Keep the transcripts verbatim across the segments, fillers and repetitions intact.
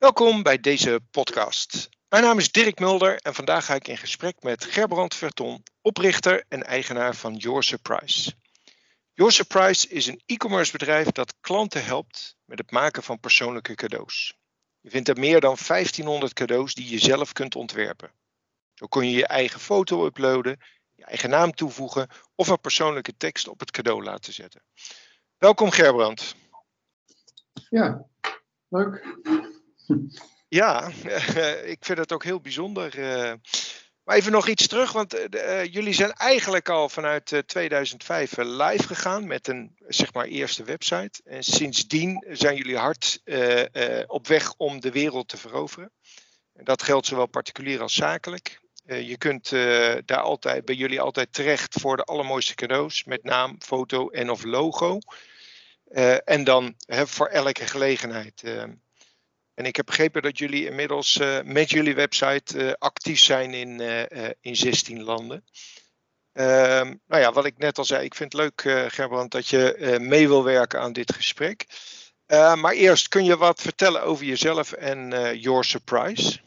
Welkom bij deze podcast. Mijn naam is Dirk Mulder en vandaag ga ik in gesprek met Gerbrand Verton, oprichter en eigenaar van Your Surprise. Your Surprise is een e-commerce bedrijf dat klanten helpt met het maken van persoonlijke cadeaus. Je vindt er meer dan vijftienhonderd cadeaus die je zelf kunt ontwerpen. Zo kun je je eigen foto uploaden, je eigen naam toevoegen of een persoonlijke tekst op het cadeau laten zetten. Welkom Gerbrand. Ja, leuk. Ja, uh, ik vind het ook heel bijzonder. Uh, maar even nog iets terug, want uh, uh, jullie zijn eigenlijk al vanuit uh, tweeduizend vijf uh, live gegaan met een zeg maar eerste website. En sindsdien zijn jullie hard uh, uh, op weg om de wereld te veroveren. En dat geldt zowel particulier als zakelijk. Uh, je kunt uh, daar altijd, bij jullie altijd terecht voor de allermooiste cadeaus met naam, foto en of logo. Uh, en dan uh, voor elke gelegenheid. Uh, En ik heb begrepen dat jullie inmiddels uh, met jullie website uh, actief zijn in, uh, uh, in zestien landen. Uh, nou ja, wat ik net al zei, ik vind het leuk uh, Gerbrand dat je uh, mee wil werken aan dit gesprek. Uh, maar eerst, kun je wat vertellen over jezelf en uh, Your Surprise?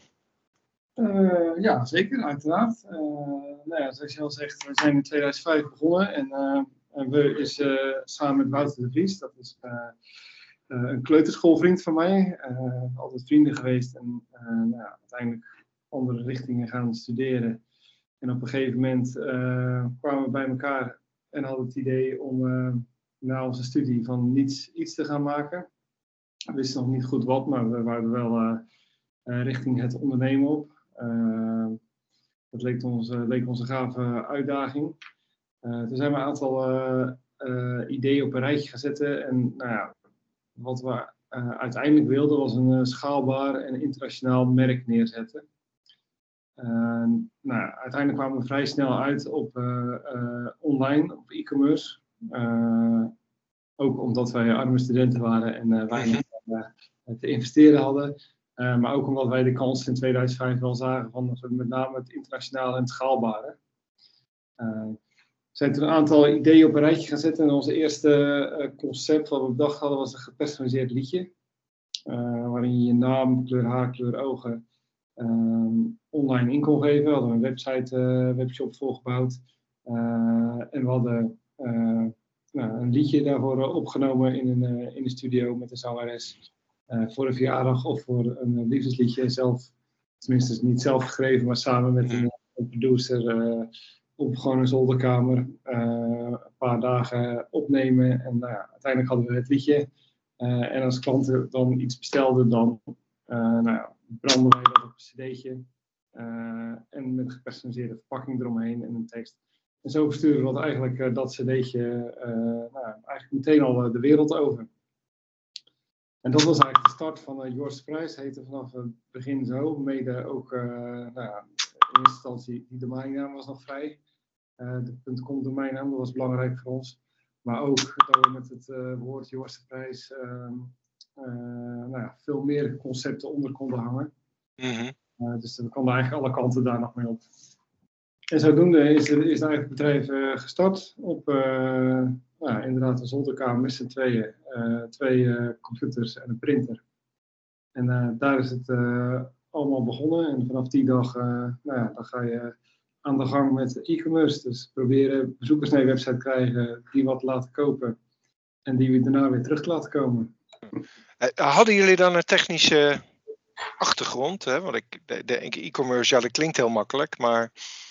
Uh, ja, zeker, uiteraard. Uh, nou ja, zoals je al zegt, we zijn in tweeduizend vijf begonnen en, uh, en we is uh, samen met Wouter de Vries, dat is uh, uh, een kleuterschoolvriend van mij, uh, altijd vrienden geweest en uh, nou ja, uiteindelijk andere richtingen gaan studeren. En op een gegeven moment uh, kwamen we bij elkaar en hadden het idee om uh, na onze studie van niets iets te gaan maken. We wisten nog niet goed wat, maar we waren wel uh, uh, richting het ondernemen op. Uh, dat leek ons, uh, leek ons een gave uitdaging. Uh, toen zijn we een aantal uh, uh, ideeën op een rijtje gaan zetten. En nou ja, wat we uh, uiteindelijk wilden was een uh, schaalbaar en internationaal merk neerzetten. Uh, nou, uiteindelijk kwamen we vrij snel uit op uh, uh, online, op e-commerce. Uh, ook omdat wij arme studenten waren en uh, weinig uh, te investeren hadden. Uh, maar ook omdat wij de kans in tweeduizend vijf wel zagen van met name het internationale en het schaalbare. Uh, we zijn toen een aantal ideeën op een rijtje gaan zetten. En onze eerste uh, concept wat we bedacht hadden was een gepersonaliseerd liedje. Uh, waarin je je naam, kleur haar, kleur ogen uh, online in kon geven. We hadden een website, uh, webshop volgebouwd. Uh, en we hadden uh, nou, een liedje daarvoor opgenomen in een, uh, in een studio met een zangeres. Uh, voor een verjaardag of voor een liefdesliedje zelf, tenminste niet zelf geschreven, maar samen met een, een producer uh, op gewoon een zolderkamer uh, een paar dagen opnemen. En nou ja, uiteindelijk hadden we het liedje. Uh, en als klanten dan iets bestelden, dan uh, nou ja, branden wij dat op een cd'tje. Uh, en met een gepersonaliseerde verpakking eromheen en een tekst. En zo versturen we dat eigenlijk uh, dat cd'tje uh, nou, eigenlijk meteen al uh, de wereld over. En dat was eigenlijk de start van uh, Your Surprise. Heette vanaf het begin zo. Mede ook, uh, nou ja, in eerste instantie, die domeinnaam was nog vrij. Uh, de .com domeinnaam, dat was belangrijk voor ons. Maar ook dat we met het uh, woord Your Surprise uh, uh, nou ja, veel meer concepten onder konden hangen. Mm-hmm. Uh, dus we konden eigenlijk alle kanten daar nog mee op. En zodoende is, er, is eigenlijk het bedrijf uh, gestart op uh, nou, inderdaad een zolderkamer met z'n tweeën. Uh, twee uh, computers en een printer. En uh, daar is het uh, allemaal begonnen. En vanaf die dag uh, nou ja, dan ga je aan de gang met e-commerce. Dus proberen bezoekers naar je website krijgen, die wat laten kopen. En die we daarna weer terug laten komen. Uh, hadden jullie dan een technische achtergrond? Hè? Want ik denk e-commerce, ja dat klinkt heel makkelijk, maar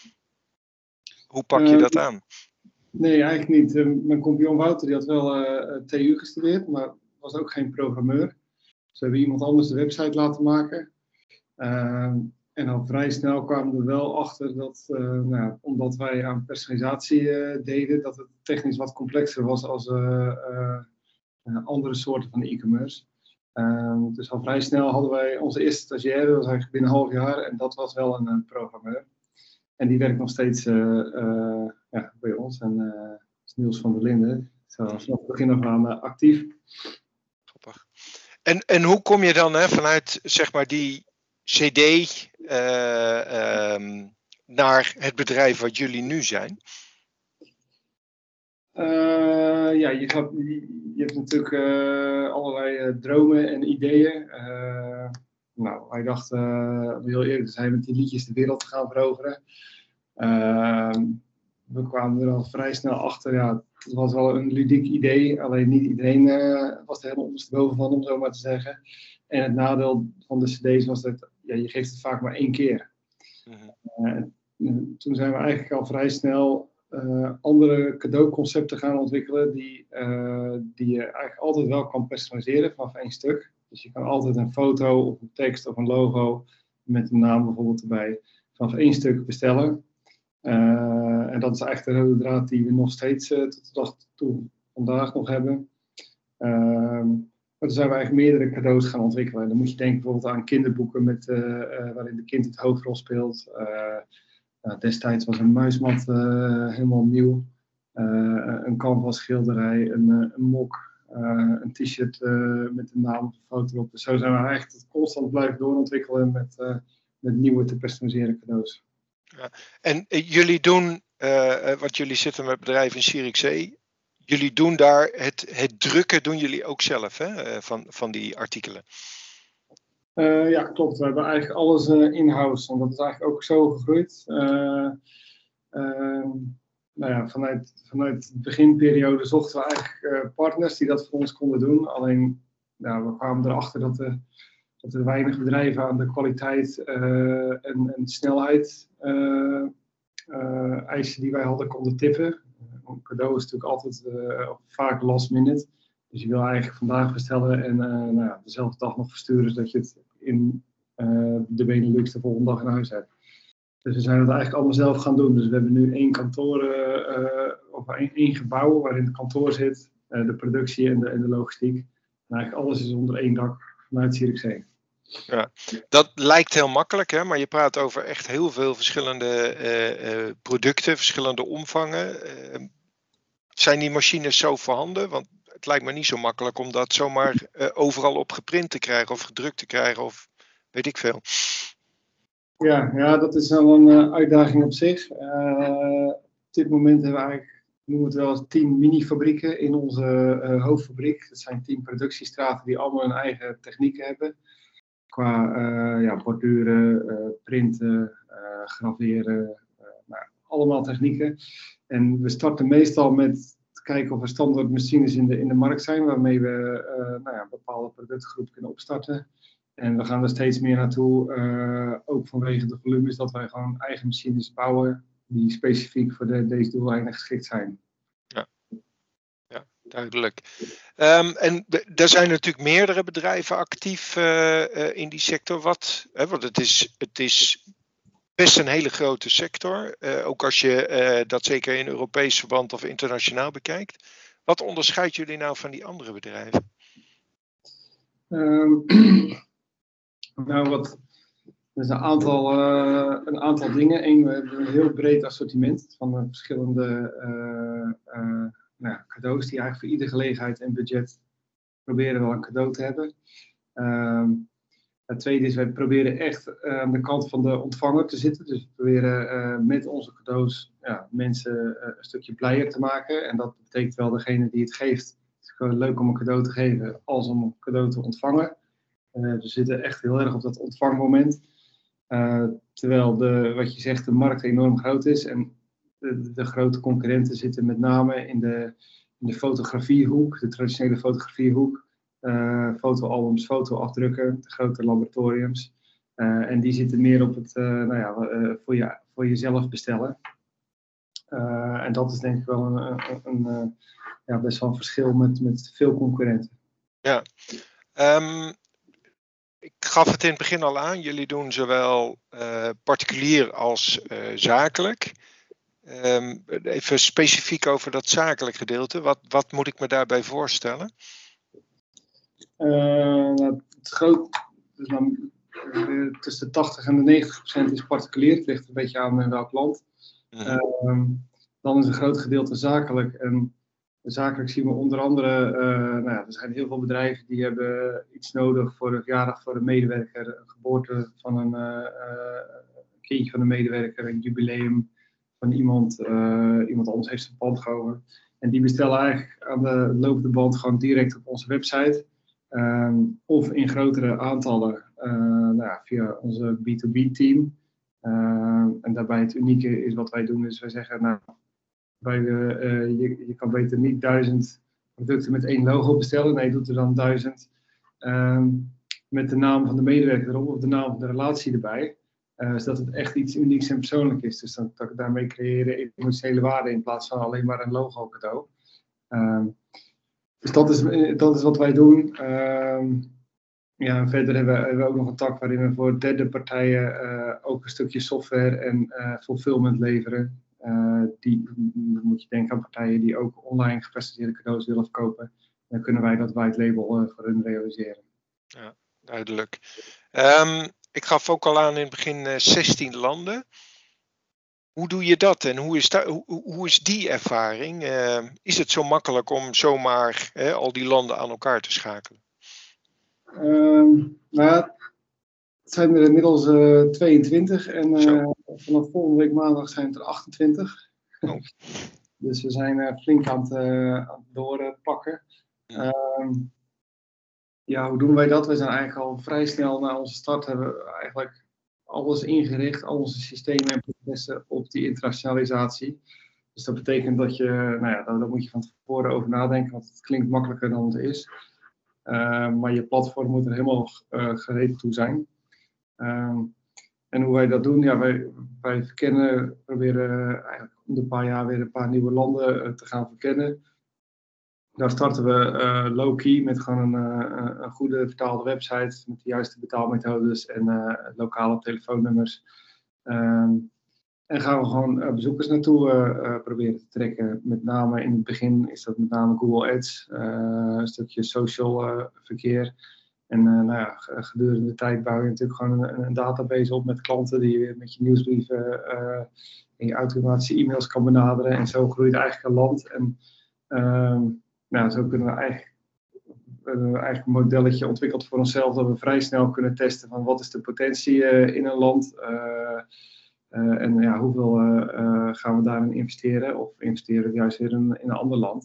hoe pak je uh, dat aan? Nee, eigenlijk niet. Uh, mijn compagnon Wouter die had wel uh, T U gestudeerd, maar was ook geen programmeur. Dus we hebben iemand anders de website laten maken. Uh, en al vrij snel kwamen we er wel achter dat, uh, nou, omdat wij aan personalisatie uh, deden, dat het technisch wat complexer was als uh, uh, uh, andere soorten van e-commerce. Uh, dus al vrij snel hadden wij onze eerste stagiaire, dat was eigenlijk binnen een half jaar, en dat was wel een, een programmeur. En die werkt nog steeds uh, uh, ja, bij ons. En uh, is Niels van der Linden. Vanaf het begin af aan uh, actief. Grappig. En, en hoe kom je dan hè, vanuit zeg maar die cd uh, um, naar het bedrijf wat jullie nu zijn? Uh, ja, je, gaat, je, je hebt natuurlijk uh, allerlei uh, dromen en ideeën. Uh, nou, wij dachten, uh, heel eerlijk te zijn, met die liedjes de wereld te gaan veroveren. Uh, we kwamen er al vrij snel achter, ja, het was wel een ludiek idee, alleen niet iedereen uh, was er helemaal ondersteboven van, om zo maar te zeggen. En het nadeel van de cd's was dat, ja, je geeft het vaak maar één keer. Mm-hmm. Uh, toen zijn we eigenlijk al vrij snel uh, andere cadeauconcepten gaan ontwikkelen, die, uh, die je eigenlijk altijd wel kan personaliseren vanaf één stuk. Dus je kan altijd een foto of een tekst of een logo met een naam bijvoorbeeld erbij vanaf één stuk bestellen. Uh, en dat is eigenlijk de rode draad die we nog steeds uh, tot de dag toe vandaag nog hebben. Uh, maar toen zijn we eigenlijk meerdere cadeaus gaan ontwikkelen. Dan moet je denken bijvoorbeeld aan kinderboeken met, uh, uh, waarin de kind het hoofdrol speelt. Uh, uh, destijds was een muismat uh, helemaal nieuw. Uh, een canvas schilderij, een, uh, een mok. Uh, een t-shirt uh, met een naam of een foto op. Dus zo zijn we eigenlijk constant blijven doorontwikkelen met, uh, met nieuwe te personaliseren cadeaus. Ja. En uh, jullie doen, uh, want jullie zitten met bedrijven in Zierikzee, jullie doen daar het, het drukken, doen jullie ook zelf, hè, van, van die artikelen? Uh, ja, klopt. We hebben eigenlijk alles uh, in-house. En dat is eigenlijk ook zo gegroeid. Uh, uh, Nou ja, vanuit, vanuit de beginperiode zochten we eigenlijk uh, partners die dat voor ons konden doen. Alleen, nou, we kwamen erachter dat, de, dat er weinig bedrijven aan de kwaliteit uh, en, en snelheid uh, uh, eisen die wij hadden konden tippen. Uh, een cadeau is natuurlijk altijd uh, vaak last minute. Dus je wil eigenlijk vandaag bestellen en uh, nou ja, dezelfde dag nog versturen, zodat je het in uh, de Benelux de volgende dag in huis hebt. Dus we zijn het eigenlijk allemaal zelf gaan doen. Dus we hebben nu één kantoor, uh, of één, één gebouw waarin het kantoor zit, uh, de productie en de, en de logistiek. En eigenlijk alles is onder één dak vanuit Zierikzee. Ja, dat lijkt heel makkelijk, hè? Maar je praat over echt heel veel verschillende uh, uh, producten, verschillende omvangen. Uh, zijn die machines zo voorhanden? Want het lijkt me niet zo makkelijk om dat zomaar uh, overal op geprint te krijgen of gedrukt te krijgen of weet ik veel. Ja, ja, dat is wel een uh, uitdaging op zich. Uh, op dit moment hebben we eigenlijk, we noemen het wel eens tien mini-fabrieken in onze uh, hoofdfabriek. Dat zijn tien productiestraten die allemaal hun eigen technieken hebben. Qua uh, ja, borduren, uh, printen, uh, graveren, uh, nou, allemaal technieken. En we starten meestal met te kijken of er standaard machines in de, in de markt zijn, waarmee we uh, nou ja, een bepaalde productgroep kunnen opstarten. En we gaan er steeds meer naartoe, uh, ook vanwege de volumes, dat wij gewoon eigen machines bouwen die specifiek voor de, deze doeleinden geschikt zijn. Ja, ja duidelijk. Um, en er zijn natuurlijk meerdere bedrijven actief uh, uh, in die sector. Wat, hè, want het is, het is best een hele grote sector, uh, ook als je uh, dat zeker in Europees verband of internationaal bekijkt. Wat onderscheidt jullie nou van die andere bedrijven? Um, Nou, wat, er is een aantal, uh, een aantal dingen. Eén, we hebben een heel breed assortiment van uh, verschillende uh, uh, nou, cadeaus die eigenlijk voor iedere gelegenheid en budget proberen wel een cadeau te hebben. Uh, het tweede is, wij proberen echt uh, aan de kant van de ontvanger te zitten. Dus we proberen uh, met onze cadeaus ja, mensen uh, een stukje blijer te maken. En dat betekent wel degene die het geeft. Het is gewoon leuk om een cadeau te geven als om een cadeau te ontvangen. Uh, we zitten echt heel erg op dat ontvangmoment. Uh, terwijl de, wat je zegt, de markt enorm groot is. En de, de grote concurrenten zitten met name in de, in de fotografiehoek, de traditionele fotografiehoek. Uh, fotoalbums, fotoafdrukken, de grote laboratoriums. Uh, en die zitten meer op het uh, nou ja, uh, voor, je, voor jezelf bestellen. Uh, en dat is denk ik wel een, een, een, een ja, best wel een verschil met, met veel concurrenten. Ja. Um... Ik gaf het in het begin al aan, jullie doen zowel uh, particulier als uh, zakelijk. Um, even specifiek over dat zakelijk gedeelte. Wat, wat moet ik me daarbij voorstellen? Uh, het groot, dus dan, uh, tussen de tachtig en de negentig procent is particulier. Het ligt een beetje aan in welk land. Mm-hmm. Uh, dan is een groot gedeelte zakelijk. En zakelijk zien we onder andere, uh, nou ja, er zijn heel veel bedrijven die hebben iets nodig voor een verjaardag voor een medewerker, een geboorte van een uh, uh, kindje van een medewerker, een jubileum van iemand, uh, iemand anders heeft zijn pand gehouden. En die bestellen eigenlijk aan de lopende band gewoon direct op onze website. Um, of in grotere aantallen uh, nou ja, via onze B twee B team. Uh, en daarbij het unieke is wat wij doen, is wij zeggen, nou, wij, uh, je, je kan beter niet duizend producten met één logo bestellen. Nee, je doet er dan duizend um, met de naam van de medewerker erop of de naam van de relatie erbij. Uh, zodat het echt iets unieks en persoonlijk is. Dus dat, dat ik daarmee creëren emotionele waarde in plaats van alleen maar een logo cadeau. Um, dus dat is, dat is wat wij doen. Um, ja, en verder hebben we, hebben we ook nog een tak waarin we voor derde partijen uh, ook een stukje software en uh, fulfillment leveren. Uh, die, dan moet je denken aan partijen die ook online gepresenteerde cadeaus willen verkopen. Dan kunnen wij dat white label uh, voor hun realiseren. Ja, duidelijk. Um, ik gaf ook al aan in het begin uh, zestien landen. Hoe doe je dat en hoe is, da- hoe, hoe is die ervaring? Uh, is het zo makkelijk om zomaar hè, al die landen aan elkaar te schakelen? Um, nou ja, het zijn er inmiddels uh, tweeëntwintig en uh, vanaf volgende week maandag zijn het er achtentwintig. Oh. Dus we zijn uh, flink aan het, uh, aan het doorpakken. Ja. Um, ja, hoe doen wij dat? We zijn eigenlijk al vrij snel na onze start hebben we eigenlijk alles ingericht, al onze systemen en processen op die internationalisatie. Dus dat betekent dat je, nou ja, daar, daar moet je van tevoren over nadenken, want het klinkt makkelijker dan het is. Uh, maar je platform moet er helemaal uh, gereed toe zijn. Um, en hoe wij dat doen, ja, wij, wij verkennen, proberen eigenlijk om de paar jaar weer een paar nieuwe landen uh, te gaan verkennen. Daar starten we uh, low-key met gewoon een, uh, een goede vertaalde website met de juiste betaalmethodes en uh, lokale telefoonnummers. Um, en gaan we gewoon uh, bezoekers naartoe uh, uh, proberen te trekken. Met name in het begin is dat met name Google Ads, uh, een stukje social uh, verkeer. En uh, nou ja, gedurende de tijd bouw je natuurlijk gewoon een, een database op met klanten die je met je nieuwsbrieven uh, en je automatische e-mails kan benaderen. En zo groeit eigenlijk een land. En um, nou, zo kunnen we eigenlijk, uh, eigenlijk een modelletje ontwikkeld voor onszelf dat we vrij snel kunnen testen van wat is de potentie uh, in een land. Uh, uh, en ja, hoeveel uh, uh, gaan we daarin investeren of investeren we juist weer in, in een ander land.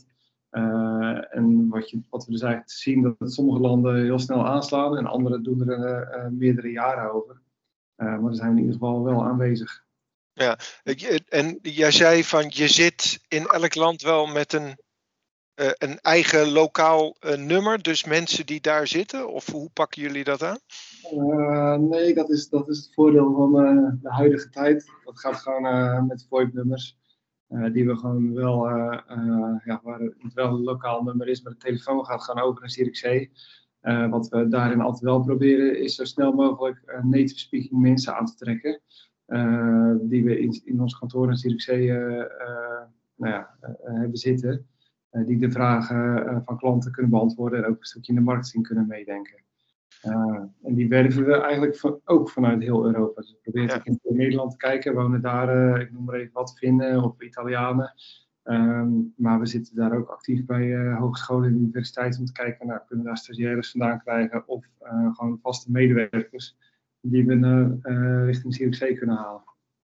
Uh, en wat, je, wat we dus eigenlijk zien, dat sommige landen heel snel aanslaan en andere doen er uh, uh, meerdere jaren over. Uh, maar daar zijn we in ieder geval wel aanwezig. Ja, en jij zei van je zit in elk land wel met een, uh, een eigen lokaal uh, nummer, dus mensen die daar zitten, of hoe pakken jullie dat aan? Uh, nee, dat is, dat is het voordeel van uh, de huidige tijd. Dat gaat gewoon uh, met V oIP nummers. Uh, die we gewoon wel, uh, uh, ja, waar het wel een lokaal nummer is, maar de telefoon gaat gewoon over naar Zierikzee. Uh, wat we daarin altijd wel proberen is zo snel mogelijk uh, native speaking mensen aan te trekken. Uh, die we in, in ons kantoor in Zierikzee uh, uh, nou ja, uh, hebben zitten. Uh, die de vragen uh, van klanten kunnen beantwoorden en ook een stukje in de marketing kunnen meedenken. Uh, en die werven we eigenlijk van, ook vanuit heel Europa. Dus we proberen ja. in Nederland te kijken. Wonen daar, uh, ik noem maar even wat, Finnen of Italianen. Um, maar we zitten daar ook actief bij uh, hogescholen en universiteiten om te kijken, nou, kunnen we daar stagiaires vandaan krijgen of uh, gewoon vaste medewerkers die we uh, uh, richting Zierikzee kunnen halen.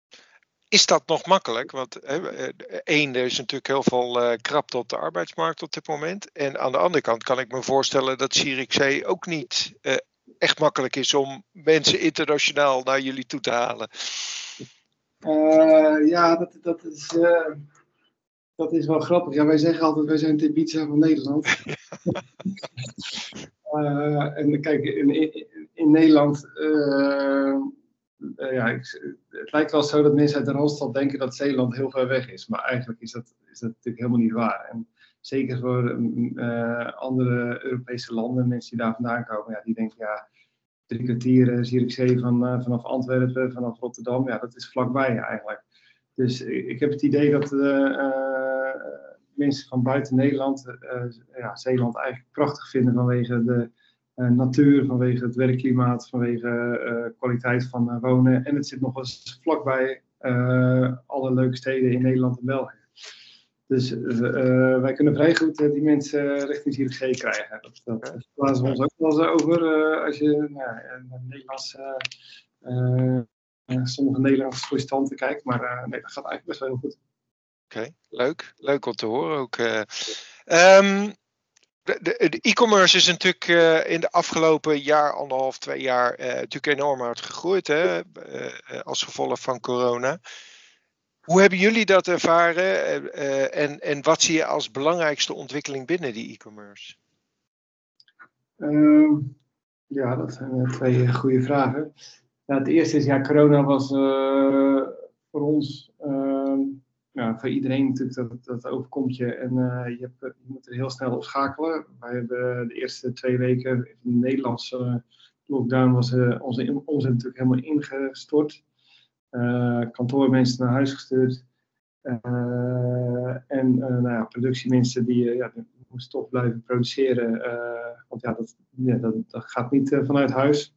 Is dat nog makkelijk? Want één, er is natuurlijk heel veel uh, krapte op de arbeidsmarkt op dit moment. En aan de andere kant kan ik me voorstellen dat Zierikzee ook niet uh, echt makkelijk is om mensen internationaal naar jullie toe te halen. Uh, ja, dat, dat, is, uh, dat is wel grappig. Ja, wij zeggen altijd, wij zijn de Ibiza van Nederland. uh, en kijk, in, in, in Nederland... Uh, Uh, ja, ik, het lijkt wel zo dat mensen uit de Randstad denken dat Zeeland heel ver weg is. Maar eigenlijk is dat, is dat natuurlijk helemaal niet waar. En zeker voor uh, andere Europese landen, mensen die daar vandaan komen, ja, die denken, ja, drie kwartier Zierikzee van, uh, vanaf Antwerpen, vanaf Rotterdam, ja, dat is vlakbij eigenlijk. Dus ik, ik heb het idee dat uh, uh, mensen van buiten Nederland uh, ja, Zeeland eigenlijk prachtig vinden vanwege de Uh, natuur, vanwege het werkklimaat, vanwege de uh, kwaliteit van uh, wonen. En het zit nog eens vlakbij uh, alle leuke steden in Nederland en België. Dus uh, uh, wij kunnen vrij goed uh, die mensen uh, richting Zierikzee krijgen. Dat, dat plaatsen we ons ook wel eens over uh, als je naar uh, Nederlands, uh, uh, sommige Nederlandse sollicitanten kijkt. Maar uh, nee, dat gaat eigenlijk best wel heel goed. Oké, okay, leuk. Leuk om te horen ook. Uh, um, De, de, de e-commerce is natuurlijk uh, in de afgelopen jaar, anderhalf, twee jaar, uh, natuurlijk enorm hard gegroeid, hè, uh, als gevolg van corona. Hoe hebben jullie dat ervaren uh, uh, en, en wat zie je als belangrijkste ontwikkeling binnen die e-commerce? Uh, ja, dat zijn twee goede vragen. Ja, het eerste is, ja, corona was uh, voor ons, uh, ja, voor iedereen natuurlijk, dat, dat overkomt je en uh, je, hebt, je moet er heel snel op schakelen. Wij hebben de eerste twee weken in de Nederlandse lockdown was uh, onze omzet natuurlijk helemaal ingestort. Uh, kantoormensen naar huis gestuurd. Uh, en uh, nou ja, productiemensen die, uh, ja, die moesten toch blijven produceren. Uh, want ja, dat, ja, dat, dat gaat niet uh, vanuit huis.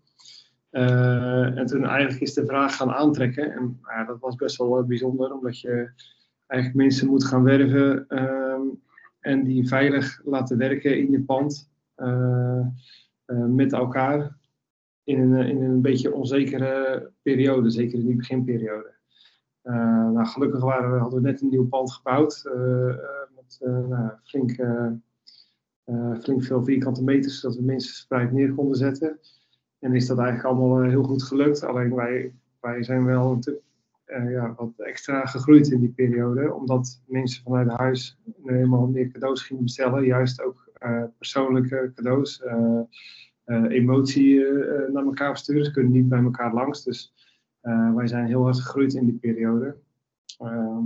Uh, en toen eigenlijk is de vraag gaan aantrekken. En nou ja, dat was best wel uh, bijzonder, omdat je eigenlijk mensen moet gaan werven uh, en die veilig laten werken in je pand uh, uh, met elkaar in een, in een beetje onzekere periode, zeker in die beginperiode. Uh, nou, gelukkig waren we, hadden we net een nieuw pand gebouwd uh, uh, met uh, nou, flink, uh, uh, flink veel vierkante meters, zodat we mensen verspreid neer konden zetten. En is dat eigenlijk allemaal uh, heel goed gelukt. Alleen wij, wij zijn wel natuurlijk uh, ja, wat extra gegroeid in die periode, omdat mensen vanuit huis nu helemaal meer cadeaus gingen bestellen, juist ook uh, persoonlijke cadeaus, uh, uh, emotie uh, naar elkaar versturen. Ze kunnen niet bij elkaar langs, dus Uh, wij zijn heel hard gegroeid in die periode. Uh,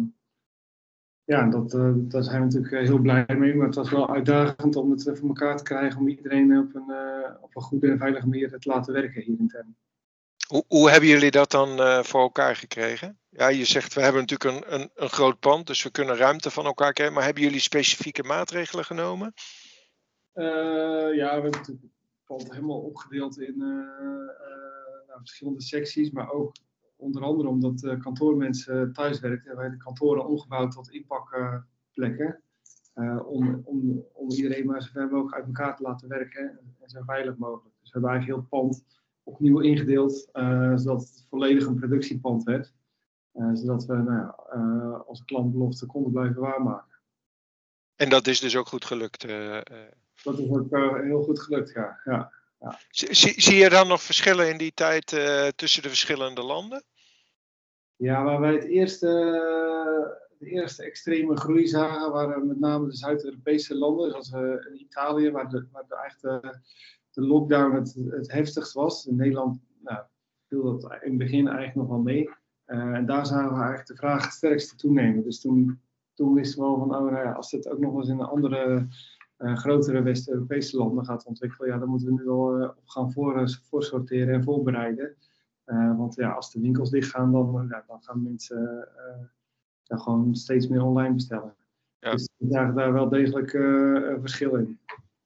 ja, dat, uh, daar zijn we natuurlijk uh, heel blij mee. Maar het was wel uitdagend om het uh, voor elkaar te krijgen. Om iedereen op een, uh, op een goede en veilige manier te laten werken hier intern. Hoe, hoe hebben jullie dat dan uh, voor elkaar gekregen? Ja, je zegt we hebben natuurlijk een, een, een groot pand. Dus we kunnen ruimte van elkaar krijgen. Maar hebben jullie specifieke maatregelen genomen? Uh, ja, we hebben natuurlijk het pand helemaal opgedeeld in uh, uh, nou, verschillende secties. Maar ook onder andere omdat uh, kantoormensen thuis werken, hebben wij de kantoren omgebouwd tot inpakplekken. Uh, om, om, om iedereen maar zo ver mogelijk uit elkaar te laten werken en, en zo veilig mogelijk. Dus we hebben eigenlijk heel het pand opnieuw ingedeeld, uh, zodat het volledig een productiepand werd. Uh, zodat we nou ja, uh, onze klantbelofte konden blijven waarmaken. En dat is dus ook goed gelukt? Uh, uh... Dat is ook uh, heel goed gelukt, ja. ja. Ja. Zie, zie je dan nog verschillen in die tijd uh, tussen de verschillende landen? Ja, waar wij het eerste, de eerste extreme groei zagen, waren met name de Zuid-Europese landen, zoals uh, Italië, waar, de, waar de, eigenlijk de, de lockdown het, het heftigst was. In Nederland nou, viel dat in het begin eigenlijk nog wel mee. Uh, en daar zagen we eigenlijk de vraag het sterkste toenemen. Dus toen, toen wisten we al van, oh, nou ja, als dit ook nog eens in een andere Uh, grotere West-Europese landen gaat ontwikkelen, ja, dan moeten we nu wel uh, op gaan voor, voorsorteren en voorbereiden. Uh, want ja, als de winkels dichtgaan, dan, uh, dan gaan mensen uh, uh, gewoon steeds meer online bestellen. Ja. Dus we zagen daar wel degelijk uh, een verschil in.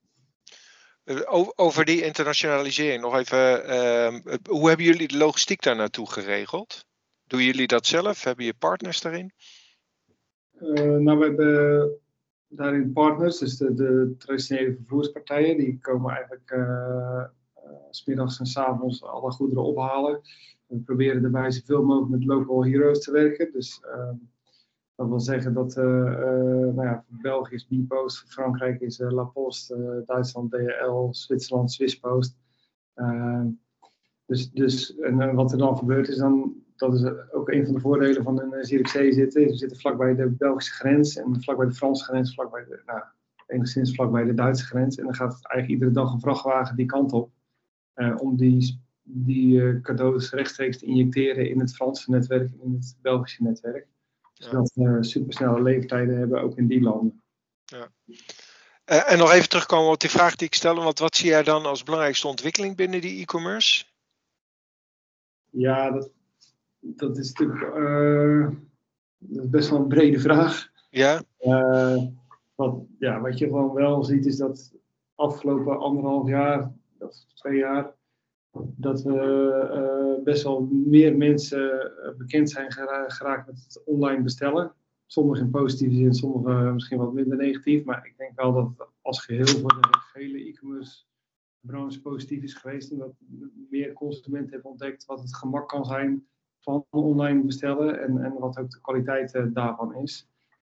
Over die internationalisering nog even. Uh, hoe hebben jullie de logistiek daar naartoe geregeld? Doen jullie dat zelf? Hebben je partners daarin? Uh, nou, we hebben daarin partners, dus de, de traditionele vervoerspartijen, die komen eigenlijk uh, uh, 's middags en 's avonds alle goederen ophalen. We proberen daarbij zoveel mogelijk met local heroes te werken. Dus uh, dat wil zeggen dat uh, uh, nou ja, voor België is Bpost, voor Frankrijk is uh, La Poste, uh, Duitsland D H L, Zwitserland Swisspost. Uh, dus, dus en, uh, wat er dan gebeurt is dan, dat is ook een van de voordelen van een Zierikzee zitten. We zitten vlakbij de Belgische grens en vlakbij de Franse grens, vlakbij de, nou, enigszins vlakbij de Duitse grens. En dan gaat het eigenlijk iedere dag een vrachtwagen die kant op uh, om die, die uh, cadeaus rechtstreeks te injecteren in het Franse netwerk en in het Belgische netwerk. Zodat we uh, supersnelle leeftijden hebben ook in die landen. Ja. Uh, en nog even terugkomen op die vraag die ik stelde, want wat zie jij dan als belangrijkste ontwikkeling binnen die e-commerce? Ja, dat, dat is natuurlijk uh, dat is best wel een brede vraag. Ja. Uh, wat, ja, wat je gewoon wel ziet is dat afgelopen anderhalf jaar, of twee jaar, dat we uh, best wel meer mensen bekend zijn gera- geraakt met het online bestellen. Sommigen in positieve zin, sommigen misschien wat minder negatief. Maar ik denk wel dat het als geheel voor de hele e-commerce branche positief is geweest. En dat meer consumenten hebben ontdekt wat het gemak kan zijn van online bestellen. En, en wat ook de kwaliteit uh, daarvan is.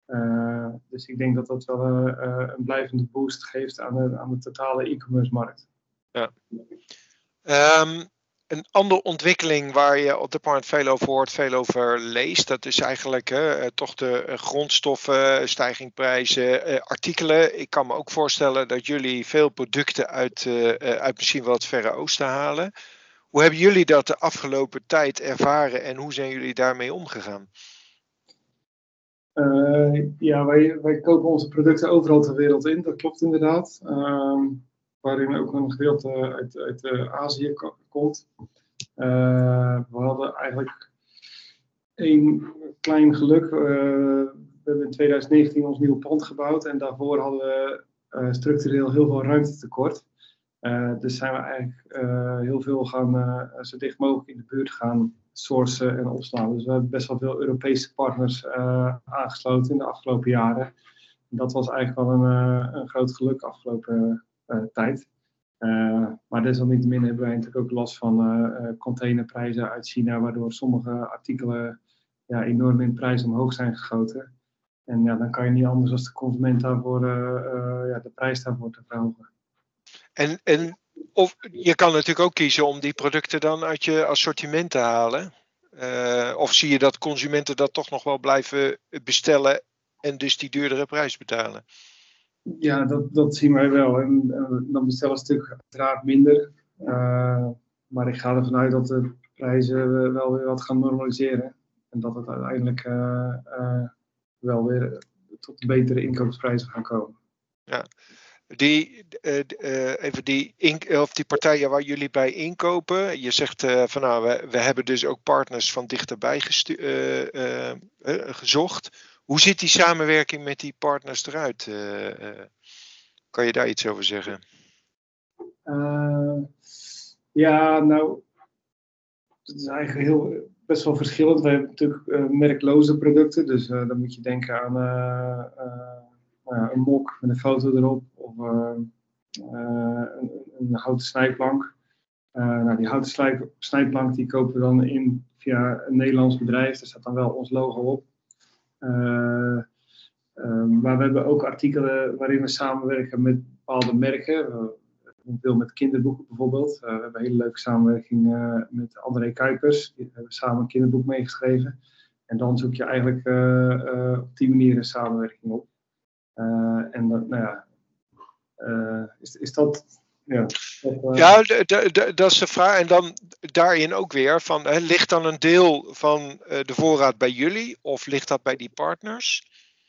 Uh, dus ik denk dat dat wel uh, uh, een blijvende boost geeft aan de, aan de totale e-commerce markt. Ja. Um, een andere ontwikkeling waar je op de markt veel over hoort, veel over leest, dat is eigenlijk hè, toch de grondstoffen, stijgingprijzen, uh, artikelen. Ik kan me ook voorstellen dat jullie veel producten uit, uh, uit misschien wel het Verre Oosten halen. Hoe hebben jullie dat de afgelopen tijd ervaren en hoe zijn jullie daarmee omgegaan? Uh, ja, wij, wij kopen onze producten overal ter wereld in, dat klopt inderdaad. Uh, waarin ook een gedeelte uit, uit uh, Azië komt. Uh, we hadden eigenlijk één klein geluk. Uh, we hebben in twintig negentien ons nieuwe pand gebouwd en daarvoor hadden we uh, structureel heel veel ruimtetekort. Uh, dus zijn we eigenlijk uh, heel veel gaan, uh, zo dicht mogelijk in de buurt gaan sourcen en opslaan. Dus we hebben best wel veel Europese partners uh, aangesloten in de afgelopen jaren. En dat was eigenlijk wel een, uh, een groot geluk afgelopen uh, tijd. Uh, maar desalniettemin hebben wij natuurlijk ook last van uh, containerprijzen uit China, waardoor sommige artikelen ja, enorm in prijs omhoog zijn geschoten. En ja, dan kan je niet anders als de consument daarvoor uh, uh, ja, de prijs daarvoor te verhogen. En, en of, je kan natuurlijk ook kiezen om die producten dan uit je assortiment te halen. Uh, of zie je dat consumenten dat toch nog wel blijven bestellen en dus die duurdere prijs betalen? Ja, dat, dat zien wij wel. En uh, dan bestellen ze natuurlijk uiteraard minder. Uh, maar ik ga ervan uit dat de prijzen wel weer wat gaan normaliseren. En dat het uiteindelijk uh, uh, wel weer tot betere inkoopprijzen gaan komen. Ja. Die, uh, uh, even die, in, of die partijen waar jullie bij inkopen. Je zegt uh, van nou, we, we hebben dus ook partners van dichterbij gestu- uh, uh, uh, gezocht. Hoe ziet die samenwerking met die partners eruit? Uh, uh, kan je daar iets over zeggen? Uh, ja, nou, het is eigenlijk heel, best wel verschillend. We hebben natuurlijk uh, merkloze producten. Dus uh, dan moet je denken aan uh, uh, uh, een mok met een foto erop. Of uh, uh, een, een houten snijplank. Uh, nou, die houten slijp, snijplank die kopen we dan in via een Nederlands bedrijf. Daar staat dan wel ons logo op. Uh, uh, maar we hebben ook artikelen waarin we samenwerken met bepaalde merken. Uh, veel met kinderboeken bijvoorbeeld. Uh, we hebben een hele leuke samenwerking uh, met André Kuipers. Die hebben samen een kinderboek meegeschreven. En dan zoek je eigenlijk uh, uh, op die manier een samenwerking op. Uh, en dat, nou ja, uh, is, is dat... Ja, dat, uh... ja de, de, de, dat is de vraag. En dan daarin ook weer van, hè, ligt dan een deel van uh, de voorraad bij jullie of ligt dat bij die partners?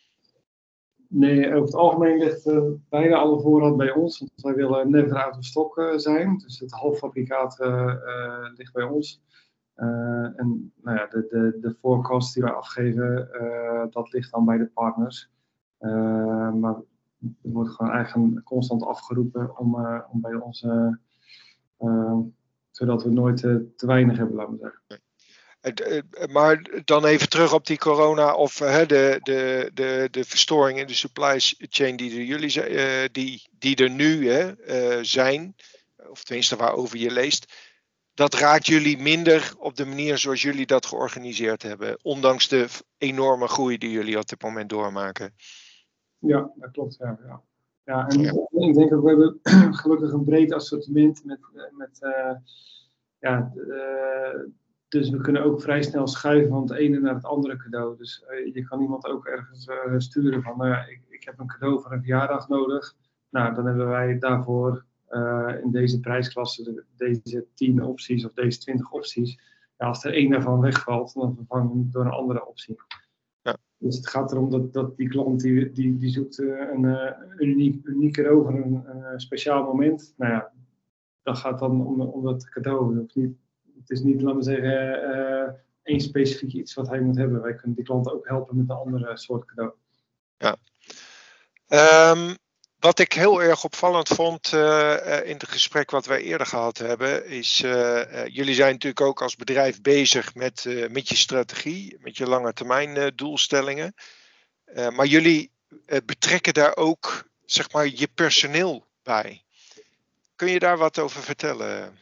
Nee, over het algemeen ligt uh, bijna alle voorraad bij ons. Want wij willen never out of stock uh, zijn. Dus het halffabrikaat uh, uh, ligt bij ons. Uh, en nou ja, de, de, de forecast die wij afgeven, uh, dat ligt dan bij de partners. Uh, maar er wordt gewoon eigenlijk constant afgeroepen om, uh, om bij ons, uh, uh, zodat we nooit uh, te weinig hebben, laten we zeggen. Maar dan even terug op die corona of hè, de, de, de, de verstoring in de supply chain die er, jullie, uh, die, die er nu hè, uh, zijn, of tenminste waarover je leest, dat raakt jullie minder op de manier zoals jullie dat georganiseerd hebben, ondanks de enorme groei die jullie op dit moment doormaken. Ja, dat klopt. Ja, ja. Ja, en ja. Ik denk ook, we hebben gelukkig een breed assortiment met, met uh, ja, uh, dus we kunnen ook vrij snel schuiven van het ene naar het andere cadeau. Dus uh, je kan iemand ook ergens uh, sturen van, nou ja, ik, ik heb een cadeau voor een verjaardag nodig. Nou, dan hebben wij daarvoor uh, in deze prijsklasse deze tien opties of deze twintig opties. Ja, als er één daarvan wegvalt, dan vervangen we hem door een andere optie. Ja. Dus het gaat erom dat, dat die klant die, die, die zoekt uh, een, uh, een uniek, uniek cadeau voor een, een speciaal moment. Nou ja, dat gaat dan om, om dat cadeau. Of niet. Het is niet, laten we zeggen, uh, één specifiek iets wat hij moet hebben. Wij kunnen die klant ook helpen met een andere soort cadeau. Ja. Um, wat ik heel erg opvallend vond uh, in het gesprek wat wij eerder gehad hebben, is uh, uh, jullie zijn natuurlijk ook als bedrijf bezig met, uh, met je strategie, met je lange termijn uh, doelstellingen. Uh, maar jullie uh, betrekken daar ook, zeg maar, je personeel bij. Kun je daar wat over vertellen?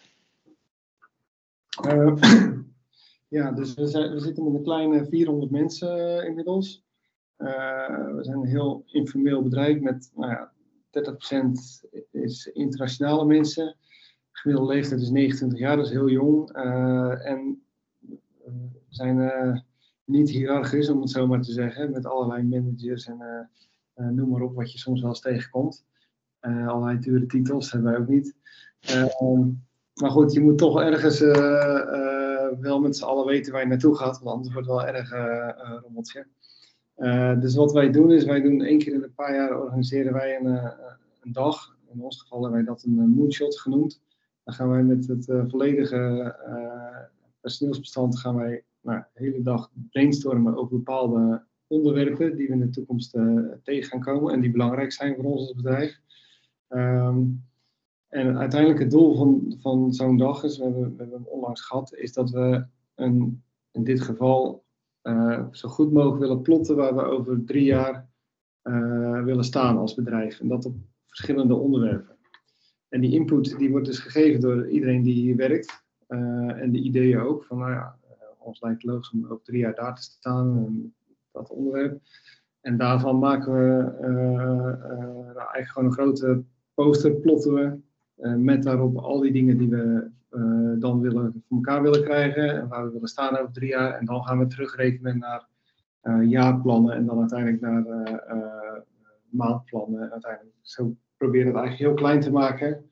Uh, ja, dus we, zijn, we zitten met een kleine vierhonderd mensen uh, inmiddels. Uh, we zijn een heel informeel bedrijf met nou ja, dertig procent is internationale mensen. De gemiddelde leeftijd is negenentwintig jaar, dat is heel jong. Uh, en we zijn uh, niet hiërarchisch, om het zo maar te zeggen, met allerlei managers en uh, uh, noem maar op wat je soms wel eens tegenkomt. Uh, allerlei dure titels hebben wij ook niet. Uh, um, maar goed, je moet toch ergens uh, uh, wel met z'n allen weten waar je naartoe gaat, want anders wordt het wel erg uh, uh, rommeltje. Uh, dus wat wij doen is, wij doen één keer in een paar jaar organiseren wij een, uh, een dag. In ons geval hebben wij dat een uh, moonshot genoemd. Dan gaan wij met het uh, volledige uh, personeelsbestand gaan wij nou, de hele dag brainstormen over bepaalde onderwerpen die we in de toekomst uh, tegen gaan komen en die belangrijk zijn voor ons als bedrijf. Um, en uiteindelijk het doel van, van zo'n dag is, we hebben, we hebben hem onlangs gehad, is dat we een, in dit geval uh, zo goed mogelijk willen plotten waar we over drie jaar uh, willen staan als bedrijf. En dat op verschillende onderwerpen. En die input die wordt dus gegeven door iedereen die hier werkt. Uh, en de ideeën ook. Van nou ja, uh, ons lijkt het logisch om over drie jaar daar te staan. En dat onderwerp. En daarvan maken we uh, uh, nou, eigenlijk gewoon een grote poster, plotten we. Uh, met daarop al die dingen die we uh, dan willen, voor elkaar willen krijgen. En waar we willen staan over drie jaar. En dan gaan we terugrekenen naar uh, jaarplannen. En dan uiteindelijk naar uh, uh, maandplannen. En uiteindelijk zo proberen we het eigenlijk heel klein te maken.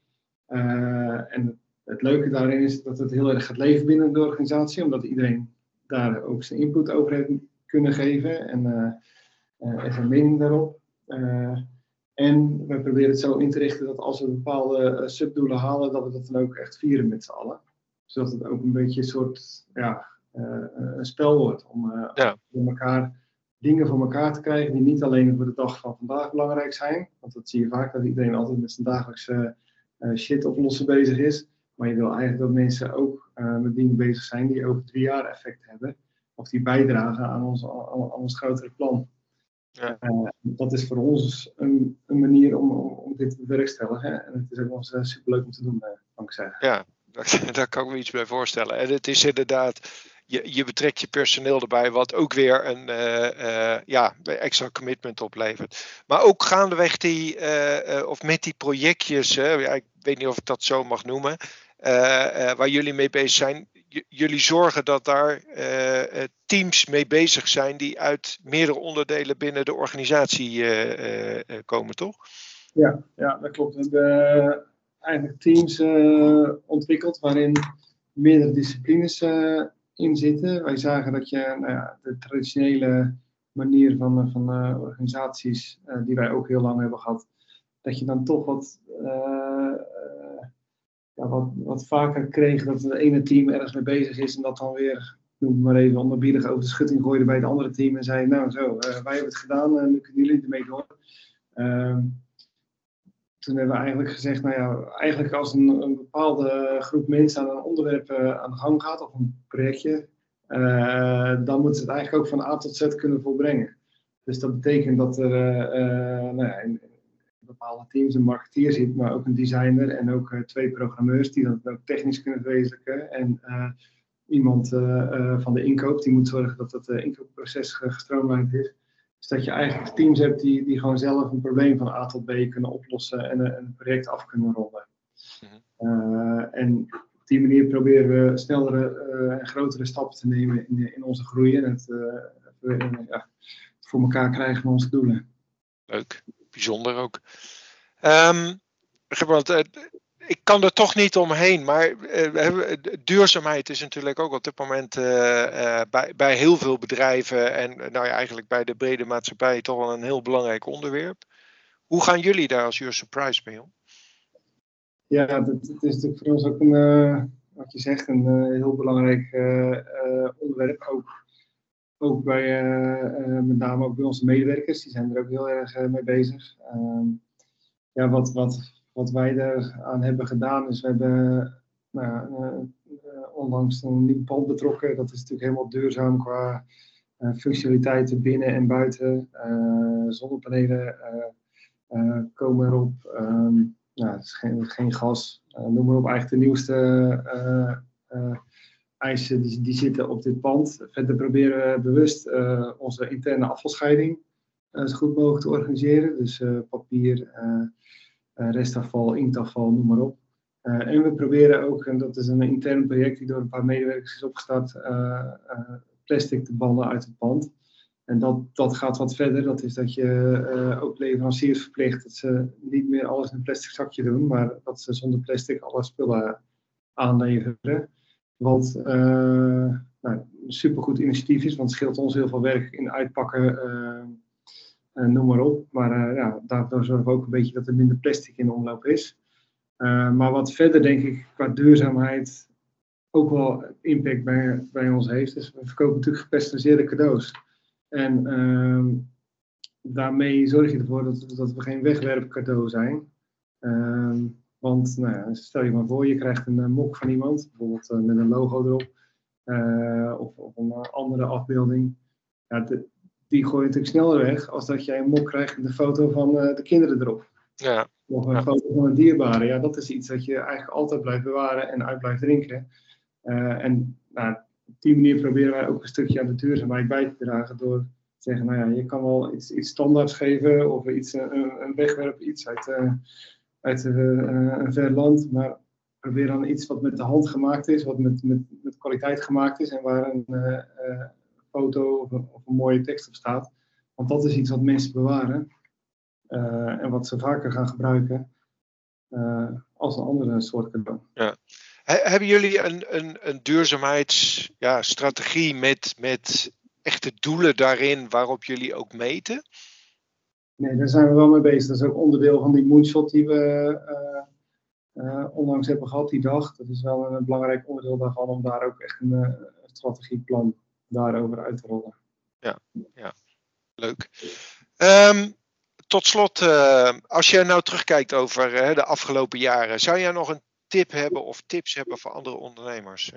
Uh, en het leuke daarin is dat het heel erg gaat leven binnen de organisatie. Omdat iedereen daar ook zijn input over heeft kunnen geven. En uh, uh, zijn mening daarop. Uh, en we proberen het zo in te richten dat als we bepaalde uh, subdoelen halen, dat we dat dan ook echt vieren met z'n allen. Zodat het ook een beetje een soort ja, uh, een spel wordt. Om uh, ja. voor elkaar dingen voor elkaar te krijgen die niet alleen voor de dag van vandaag belangrijk zijn. Want dat zie je vaak, dat iedereen altijd met zijn dagelijkse uh, shit oplossen bezig is. Maar je wil eigenlijk dat mensen ook uh, met dingen bezig zijn die over drie jaar effect hebben. Of die bijdragen aan ons, aan, aan ons grotere plan. Ja. Uh, dat is voor ons een, een manier om, om, om dit te bewerkstelligen. En het is ook wel uh, superleuk om te doen, uh, kan ik zeggen. Ja, daar, daar kan ik me iets bij voorstellen. En het is inderdaad, je, je betrekt je personeel erbij, wat ook weer een uh, uh, ja, extra commitment oplevert. Maar ook gaandeweg die, uh, uh, of met die projectjes, uh, ja, ik weet niet of ik dat zo mag noemen, uh, uh, waar jullie mee bezig zijn. J- jullie zorgen dat daar uh, teams mee bezig zijn die uit meerdere onderdelen binnen de organisatie uh, uh, uh, komen, toch? Ja, ja, dat klopt. We hebben uh, eigenlijk teams uh, ontwikkeld waarin meerdere disciplines uh, in zitten. Wij zagen dat je nou ja, de traditionele manier van, van uh, organisaties, uh, die wij ook heel lang hebben gehad, dat je dan toch wat... Uh, uh, Ja, wat, wat vaker kreeg dat het ene team ergens mee bezig is en dat dan weer, noem het maar even, onderbiedig over de schutting gooide bij het andere team en zei, nou zo, uh, wij hebben het gedaan en nu kunnen jullie ermee door. Uh, toen hebben we eigenlijk gezegd, nou ja, eigenlijk als een, een bepaalde groep mensen aan een onderwerp uh, aan de gang gaat of een projectje, uh, dan moeten ze het eigenlijk ook van A tot Z kunnen volbrengen. Dus dat betekent dat er uh, uh, nou ja, in, bepaalde teams een marketeer zit, maar ook een designer en ook uh, twee programmeurs die dat ook technisch kunnen verwezenlijken. En uh, iemand uh, uh, van de inkoop die moet zorgen dat het uh, inkoopproces gestroomlijnd is. Dus dat je eigenlijk teams hebt die, die gewoon zelf een probleem van A tot B kunnen oplossen en uh, een project af kunnen rollen. Uh, en op die manier proberen we snellere uh, en grotere stappen te nemen in, in onze groei en het, uh, uh, ja, het voor elkaar krijgen van onze doelen. Leuk. Bijzonder ook. Um, want, uh, ik kan er toch niet omheen, maar uh, duurzaamheid is natuurlijk ook op dit moment uh, uh, bij, bij heel veel bedrijven en uh, nou ja, eigenlijk bij de brede maatschappij toch wel een heel belangrijk onderwerp. Hoe gaan jullie daar als Your Surprise mee om? Ja, dat, dat is natuurlijk voor ons ook een, uh, wat je zegt, een uh, heel belangrijk uh, uh, onderwerp. Ook Ook bij, uh, uh, met name ook bij onze medewerkers, die zijn er ook heel erg uh, mee bezig. Uh, ja, wat, wat, wat wij er aan hebben gedaan is, we hebben nou, uh, uh, onlangs een nieuw pand betrokken. Dat is natuurlijk helemaal duurzaam qua uh, functionaliteiten binnen en buiten. Uh, zonnepanelen uh, uh, komen erop. Um, nou, het is geen, geen gas. Uh, noem maar op, eigenlijk de nieuwste... Uh, uh, eisen die, die zitten op dit pand. Verder proberen we bewust uh, onze interne afvalscheiding uh, zo goed mogelijk te organiseren. Dus uh, papier, uh, uh, restafval, inktafval, noem maar op. Uh, en we proberen ook, en dat is een intern project die door een paar medewerkers is opgestart, uh, uh, plastic te bannen uit het pand. En dat, dat gaat wat verder. Dat is dat je uh, ook leveranciers verplicht dat ze niet meer alles in een plastic zakje doen, maar dat ze zonder plastic alle spullen aanleveren. Wat uh, nou, een supergoed initiatief is, want het scheelt ons heel veel werk in uitpakken, uh, uh, noem maar op. Maar uh, ja, daardoor zorgen we ook een beetje dat er minder plastic in de omloop is. Uh, maar wat verder denk ik qua duurzaamheid ook wel impact bij, bij ons heeft, dus we verkopen natuurlijk gepersonaliseerde cadeaus. En uh, daarmee zorg je ervoor dat, dat we geen wegwerpcadeau zijn. Uh, want nou ja, stel je maar voor, je krijgt een uh, mok van iemand, bijvoorbeeld uh, met een logo erop, uh, of, of een uh, andere afbeelding. Ja, de, die gooi je natuurlijk sneller weg als dat jij een mok krijgt met een foto van uh, de kinderen erop. Ja. Of een Ja. foto van een dierbare. Ja, dat is iets dat je eigenlijk altijd blijft bewaren en uit blijft drinken. Uh, en nou, op die manier proberen wij ook een stukje aan de duurzaamheid bij te dragen door te zeggen, nou ja, je kan wel iets, iets standaards geven of iets, een, een wegwerp, iets uit, uh, uit uh, een ver land, maar probeer dan iets wat met de hand gemaakt is, wat met, met, met kwaliteit gemaakt is en waar een uh, uh, foto of een, of een mooie tekst op staat. Want dat is iets wat mensen bewaren uh, en wat ze vaker gaan gebruiken uh, als een andere soort cadeau. Ja. Hebben jullie een, een, een duurzaamheidsstrategie ja, met, met echte doelen daarin waarop jullie ook meten? Nee, daar zijn we wel mee bezig. Dat is ook onderdeel van die moonshot die we uh, uh, onlangs hebben gehad die dag. Dat is wel een belangrijk onderdeel daarvan om daar ook echt een, uh, strategieplan daarover uit te rollen. Ja, ja. Leuk. Um, tot slot, uh, als je nou terugkijkt over uh, de afgelopen jaren, zou jij nog een tip hebben of tips hebben voor andere ondernemers?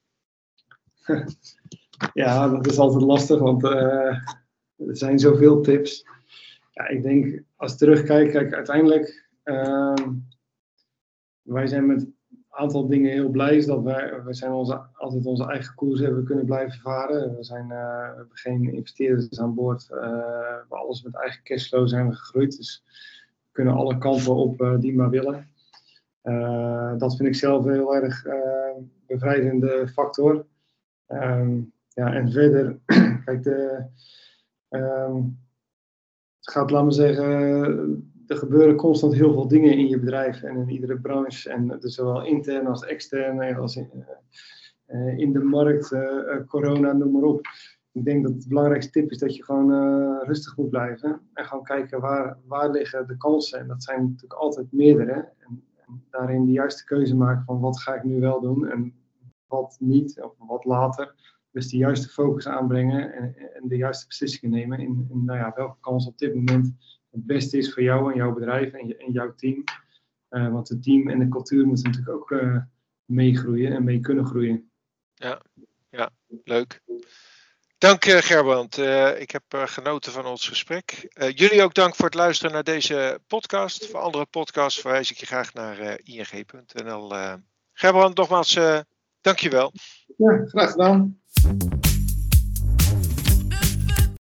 Ja, dat is altijd lastig, want uh, er zijn zoveel tips. Ja, ik denk, als ik terugkijk, kijk, uiteindelijk, uh, wij zijn met een aantal dingen heel blij, is dat wij, wij zijn onze, altijd onze eigen koers hebben kunnen blijven varen. We, zijn, uh, we hebben geen investeerders aan boord, uh, maar alles met eigen cashflow zijn we gegroeid. Dus we kunnen alle kanten op uh, die maar willen. Uh, dat vind ik zelf een heel erg uh, bevrijdende factor. Um, ja, en verder, kijk, de, um, het gaat, laten we zeggen, er gebeuren constant heel veel dingen in je bedrijf en in iedere branche. En dus zowel intern als extern, als in, uh, in de markt, uh, corona, noem maar op. Ik denk dat het belangrijkste tip is dat je gewoon uh, rustig moet blijven en gewoon kijken waar, waar liggen de kansen. En dat zijn natuurlijk altijd meerdere. En, en daarin de juiste keuze maken van wat ga ik nu wel doen en wat niet, of wat later. Dus de juiste focus aanbrengen en, en de juiste beslissingen nemen in, in nou ja, welke kans op dit moment het beste is voor jou en jouw bedrijf en, je, en jouw team. Uh, want het team en de cultuur moeten natuurlijk ook uh, meegroeien en mee kunnen groeien. Ja, ja, leuk. Dank uh, Gerbrand. Uh, ik heb uh, genoten van ons gesprek. Uh, jullie ook dank voor het luisteren naar deze podcast. Voor andere podcasts verwijs ik je graag naar uh, i n g punt n l. Uh, Gerbrand, nogmaals, uh, dank je wel. Ja, graag gedaan.